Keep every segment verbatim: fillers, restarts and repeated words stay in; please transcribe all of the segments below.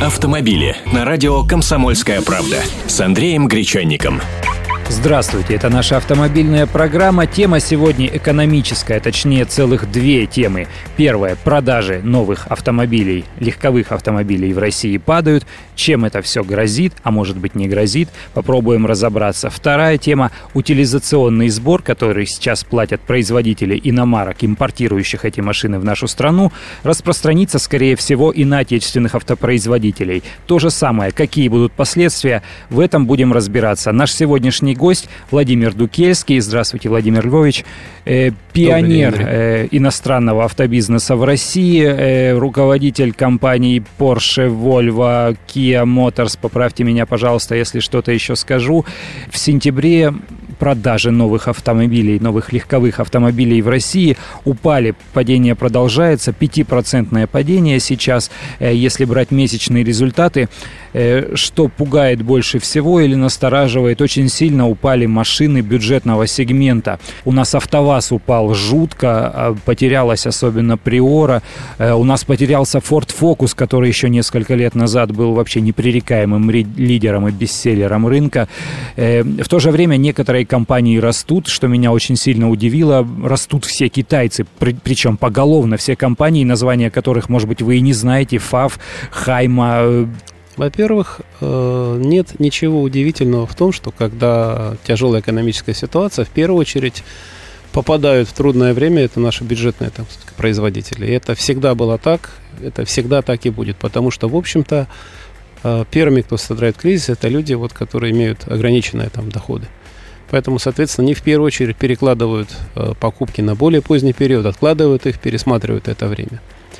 Автомобили на радио «Комсомольская правда» с Андреем Гречанником. Здравствуйте, это наша автомобильная программа. Тема сегодня экономическая, точнее целых две темы. Первая – продажи новых автомобилей, легковых автомобилей в России падают. Чем это все грозит, а может быть не грозит, попробуем разобраться. Вторая тема – утилизационный сбор, который сейчас платят производители иномарок, импортирующих эти машины в нашу страну, распространится, скорее всего, и на отечественных автопроизводителей. То же самое, какие будут последствия, в этом будем разбираться. Наш сегодняшний гость Владимир Дукельский. Здравствуйте, Владимир Львович. Э, пионер э, иностранного автобизнеса в России, э, руководитель компаний Porsche, Volvo, Kia Motors. Поправьте меня, пожалуйста, если что-то еще скажу. В сентябре продажи новых автомобилей, новых легковых автомобилей в России упали. Падение продолжается. пятипроцентное падение сейчас, э, если брать месячные результаты. Э, что пугает больше всего или настораживает? Очень сильно упали машины бюджетного сегмента. У нас АвтоВАЗ упал жутко, потерялась особенно Приора. У нас потерялся Ford Focus, который еще несколько лет назад был вообще непререкаемым лидером и бестселлером рынка. В то же время некоторые компании растут, что меня очень сильно удивило. Растут все китайцы, причем поголовно все компании, названия которых, может быть, вы и не знаете. ФАВ, Хайма. Во-первых, нет ничего удивительного в том, что когда тяжелая экономическая ситуация, в первую очередь попадают в трудное время, это наши бюджетные там, производители. И это всегда было так, это всегда так и будет, потому что, в общем-то, первыми, кто страдает кризис, это люди, вот, которые имеют ограниченные там, доходы. Поэтому, соответственно, они в первую очередь перекладывают покупки на более поздний период, откладывают их, пересматривают это время.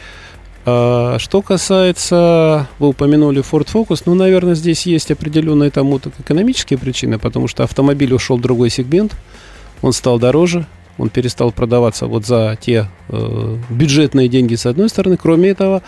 Что касается, вы упомянули Ford Focus, ну, наверное, здесь есть определенные тому так, экономические причины, потому что автомобиль ушел в другой сегмент, он стал дороже, он перестал продаваться вот за те э, бюджетные деньги с одной стороны. Кроме этого,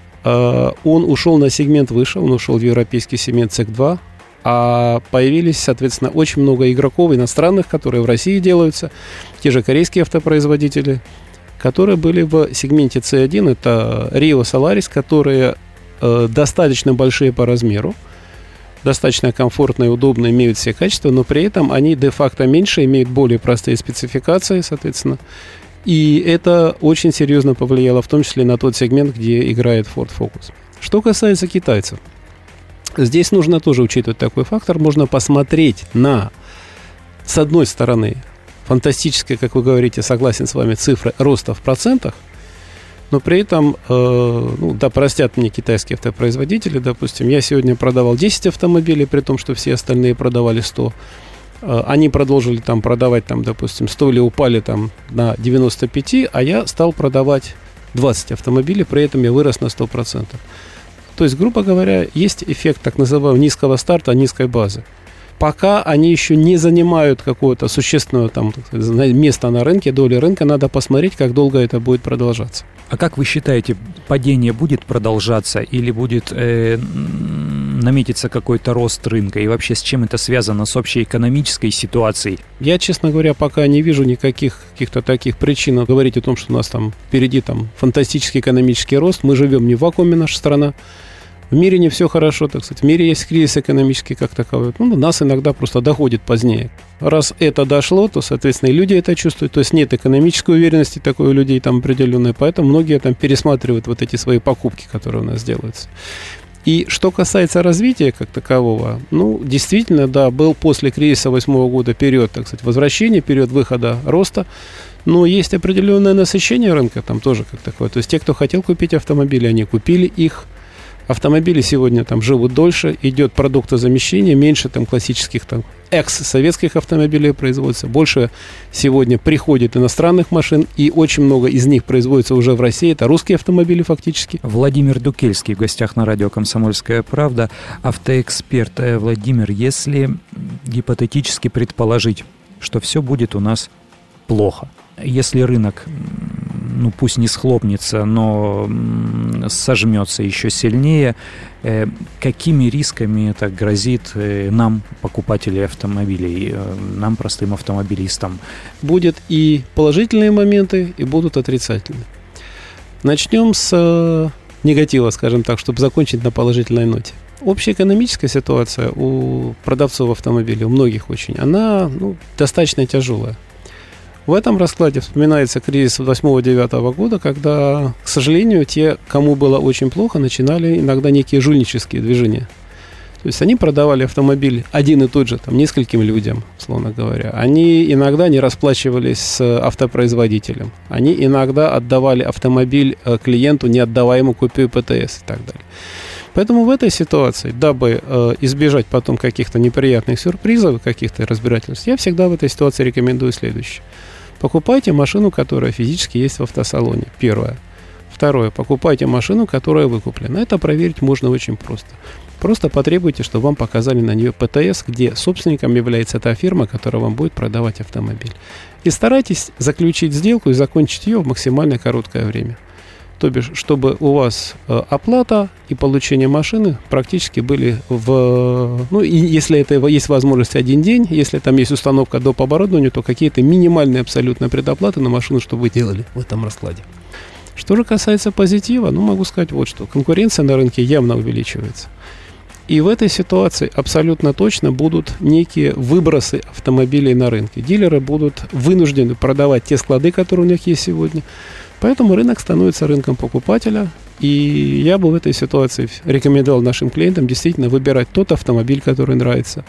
э, он ушел на сегмент выше, он ушел в европейский сегмент си и си два, а появились, соответственно, очень много игроков иностранных, которые в России делаются, те же корейские автопроизводители, которые были в сегменте си один, это Rio, Solaris, которые э, достаточно большие по размеру, достаточно комфортные, удобные, имеют все качества, но при этом они де-факто меньше, имеют более простые спецификации, соответственно. И это очень серьезно повлияло, в том числе на тот сегмент, где играет Ford Focus. Что касается китайцев, здесь нужно тоже учитывать такой фактор. Можно посмотреть на, с одной стороны, фантастическая, как вы говорите, согласен с вами, цифра роста в процентах, но при этом, э, ну, да, простят мне китайские автопроизводители, допустим, я сегодня продавал десять автомобилей, при том, что все остальные продавали сто. Э, они продолжили там продавать, там, допустим, сто или упали там на девяносто пять, а я стал продавать двадцать автомобилей, при этом я вырос на сто процентов. То есть, грубо говоря, есть эффект так называемого низкого старта, низкой базы. Пока они еще не занимают какое-то существенное там, место на рынке, доли рынка, надо посмотреть, как долго это будет продолжаться. А как вы считаете, падение будет продолжаться или будет э, наметиться какой-то рост рынка? И вообще с чем это связано, с общей экономической ситуацией? Я, честно говоря, пока не вижу никаких каких-то таких причин говорить о том, что у нас там впереди там фантастический экономический рост. Мы живем не в вакууме, наша страна. В мире не все хорошо, так сказать. В мире есть кризис экономический как таковой. Ну, нас иногда просто доходит позднее. Раз это дошло, то, соответственно, и люди это чувствуют. То есть нет экономической уверенности такой у людей там определенной. Поэтому многие там пересматривают вот эти свои покупки, которые у нас делаются. И что касается развития как такового, ну, действительно, да, был после кризиса восьмого года период, так сказать, возвращения, период выхода роста. Но есть определенное насыщение рынка там тоже как такое. То есть те, кто хотел купить автомобили, они купили их. Автомобили сегодня там живут дольше, идет продуктозамещение, меньше там классических там экс-советских автомобилей производится, больше сегодня приходит иностранных машин, и очень много из них производится уже в России, это русские автомобили фактически. Владимир Дукельский в гостях на радио «Комсомольская правда», автоэксперт. Владимир, если гипотетически предположить, что все будет у нас плохо, если рынок, ну пусть не схлопнется, но сожмется еще сильнее, э, какими рисками это грозит э, нам, покупателям автомобилей, э, нам, простым автомобилистам? Будет и положительные моменты, и будут отрицательные. Начнем с негатива, скажем так, чтобы закончить на положительной ноте. Общая экономическая ситуация у продавцов автомобилей, у многих очень, она ну, достаточно тяжелая. В этом раскладе вспоминается кризис восьмого-девятого года, когда, к сожалению, те, кому было очень плохо, начинали иногда некие жульнические движения. То есть они продавали автомобиль один и тот же, там, нескольким людям, условно говоря. Они иногда не расплачивались с автопроизводителем. Они иногда отдавали автомобиль клиенту, не отдавая ему копию ПТС и так далее. Поэтому в этой ситуации, дабы э, избежать потом каких-то неприятных сюрпризов, каких-то разбирательств, я всегда в этой ситуации рекомендую следующее. Покупайте машину, которая физически есть в автосалоне. Первое. Второе. Покупайте машину, которая выкуплена. Это проверить можно очень просто. Просто потребуйте, чтобы вам показали на нее ПТС, где собственником является та фирма, которая вам будет продавать автомобиль. И старайтесь заключить сделку и закончить ее в максимально короткое время. То бишь, чтобы у вас э, оплата и получение машины практически были в... Ну, и если это есть возможность один день, если там есть установка доп. Оборудования, то какие-то минимальные абсолютно предоплаты на машину, что вы делали в этом раскладе. Что же касается позитива, ну, могу сказать вот что. Конкуренция на рынке явно увеличивается. И в этой ситуации абсолютно точно будут некие выбросы автомобилей на рынке. Дилеры будут вынуждены продавать те склады, которые у них есть сегодня. Поэтому рынок становится рынком покупателя. И я бы в этой ситуации рекомендовал нашим клиентам действительно выбирать тот автомобиль, который нравится.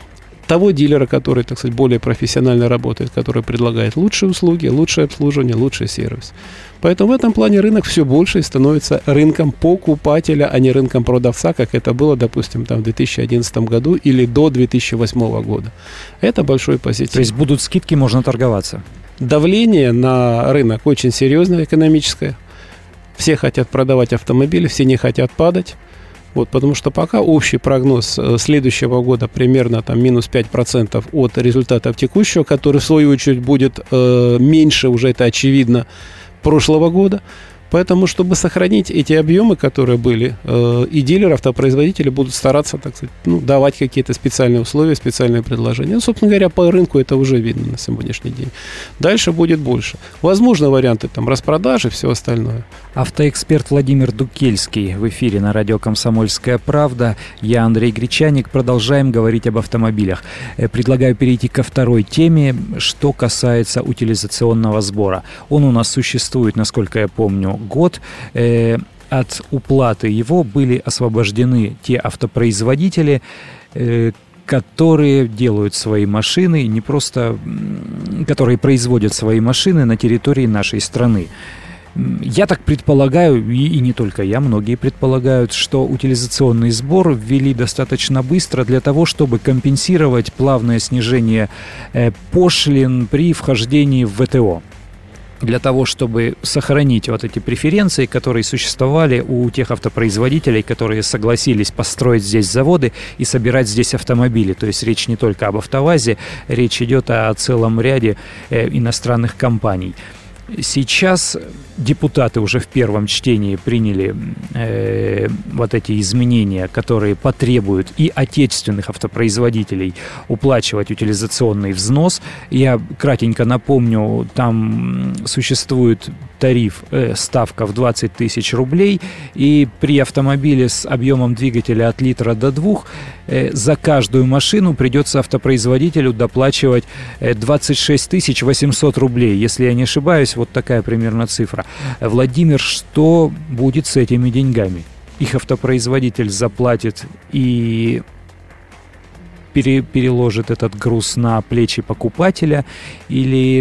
Того дилера, который, так сказать, более профессионально работает, который предлагает лучшие услуги, лучшее обслуживание, лучший сервис. Поэтому в этом плане рынок все больше становится рынком покупателя, а не рынком продавца, как это было, допустим, там, в две тысячи одиннадцатом году или до две тысячи восьмого года. Это большой позитив. То есть будут скидки, можно торговаться? Давление на рынок очень серьезное, экономическое. Все хотят продавать автомобили, все не хотят падать. Вот, потому что пока общий прогноз следующего года примерно там, минус пять процентов от результатов текущего, который в свою очередь будет э, меньше, уже это очевидно, прошлого года. Поэтому, чтобы сохранить эти объемы, которые были, э, и дилеры, автопроизводители будут стараться, так сказать, ну, давать какие-то специальные условия, специальные предложения. Ну, собственно говоря, по рынку это уже видно на сегодняшний день. Дальше будет больше. Возможно, варианты там распродажи, все остальное. Автоэксперт Владимир Дукельский в эфире на радио «Комсомольская правда». Я Андрей Гречанник. Продолжаем говорить об автомобилях. Предлагаю перейти ко второй теме, что касается утилизационного сбора. Он у нас существует, насколько я помню, год. Э, от уплаты его были освобождены те автопроизводители, э, которые делают свои машины, не просто, которые производят свои машины на территории нашей страны. Я так предполагаю, и, и не только я, многие предполагают, что утилизационный сбор ввели достаточно быстро для того, чтобы компенсировать плавное снижение э, пошлин при вхождении в ВТО. Для того, чтобы сохранить вот эти преференции, которые существовали у тех автопроизводителей, которые согласились построить здесь заводы и собирать здесь автомобили. То есть речь не только об АвтоВАЗе, речь идет о целом ряде э, иностранных компаний. Сейчас депутаты уже в первом чтении приняли э, вот эти изменения, которые потребуют и отечественных автопроизводителей уплачивать утилизационный взнос. Я кратенько напомню, там существует тариф, э, ставка в двадцать тысяч рублей, и при автомобиле с объемом двигателя от литра до двух э, за каждую машину придется автопроизводителю доплачивать э, двадцать шесть тысяч восемьсот рублей. Если я не ошибаюсь, вот такая примерно цифра. Владимир, что будет с этими деньгами? Их автопроизводитель заплатит и пере, переложит этот груз на плечи покупателя, или,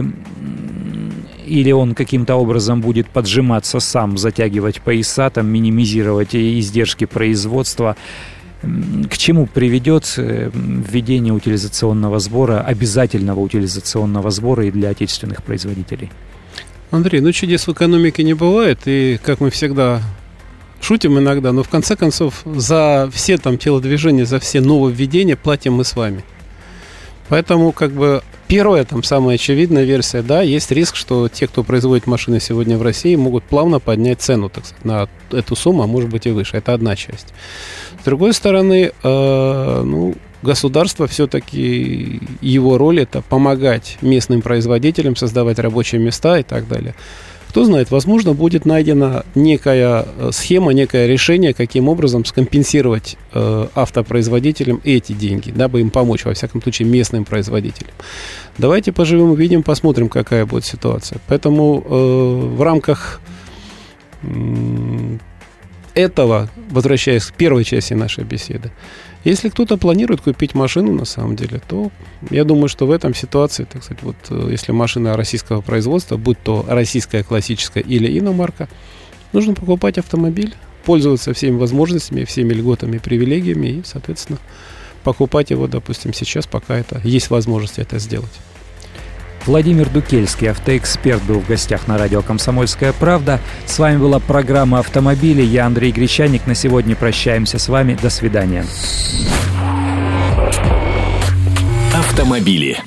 или он каким-то образом будет поджиматься сам, затягивать пояса, там, минимизировать издержки производства? К чему приведет введение утилизационного сбора, обязательного утилизационного сбора и для отечественных производителей? Андрей, ну чудес в экономике не бывает, и, как мы всегда шутим иногда, но в конце концов за все там телодвижения, за все нововведения платим мы с вами. Поэтому, как бы, первая, там, самая очевидная версия, да, есть риск, что те, кто производит машины сегодня в России, могут плавно поднять цену, так сказать, на эту сумму, а может быть и выше. Это одна часть. С другой стороны, э, ну, государство все-таки, его роль — это помогать местным производителям, создавать рабочие места и так далее. Кто знает, возможно, будет найдена некая схема, некое решение, каким образом скомпенсировать э, автопроизводителям эти деньги, дабы им помочь, во всяком случае, местным производителям. Давайте поживем, увидим, посмотрим, какая будет ситуация. Поэтому э, в рамках э, этого, возвращаясь к первой части нашей беседы, если кто-то планирует купить машину, на самом деле, то я думаю, что в этом ситуации, так сказать, вот если машина российского производства, будь то российская классическая или иномарка, нужно покупать автомобиль, пользоваться всеми возможностями, всеми льготами, привилегиями и, соответственно, покупать его, допустим, сейчас, пока это есть возможность это сделать. Владимир Дукельский, автоэксперт, был в гостях на радио «Комсомольская правда». С вами была программа «Автомобили». Я Андрей Гречанник. На сегодня прощаемся с вами. До свидания. Автомобили.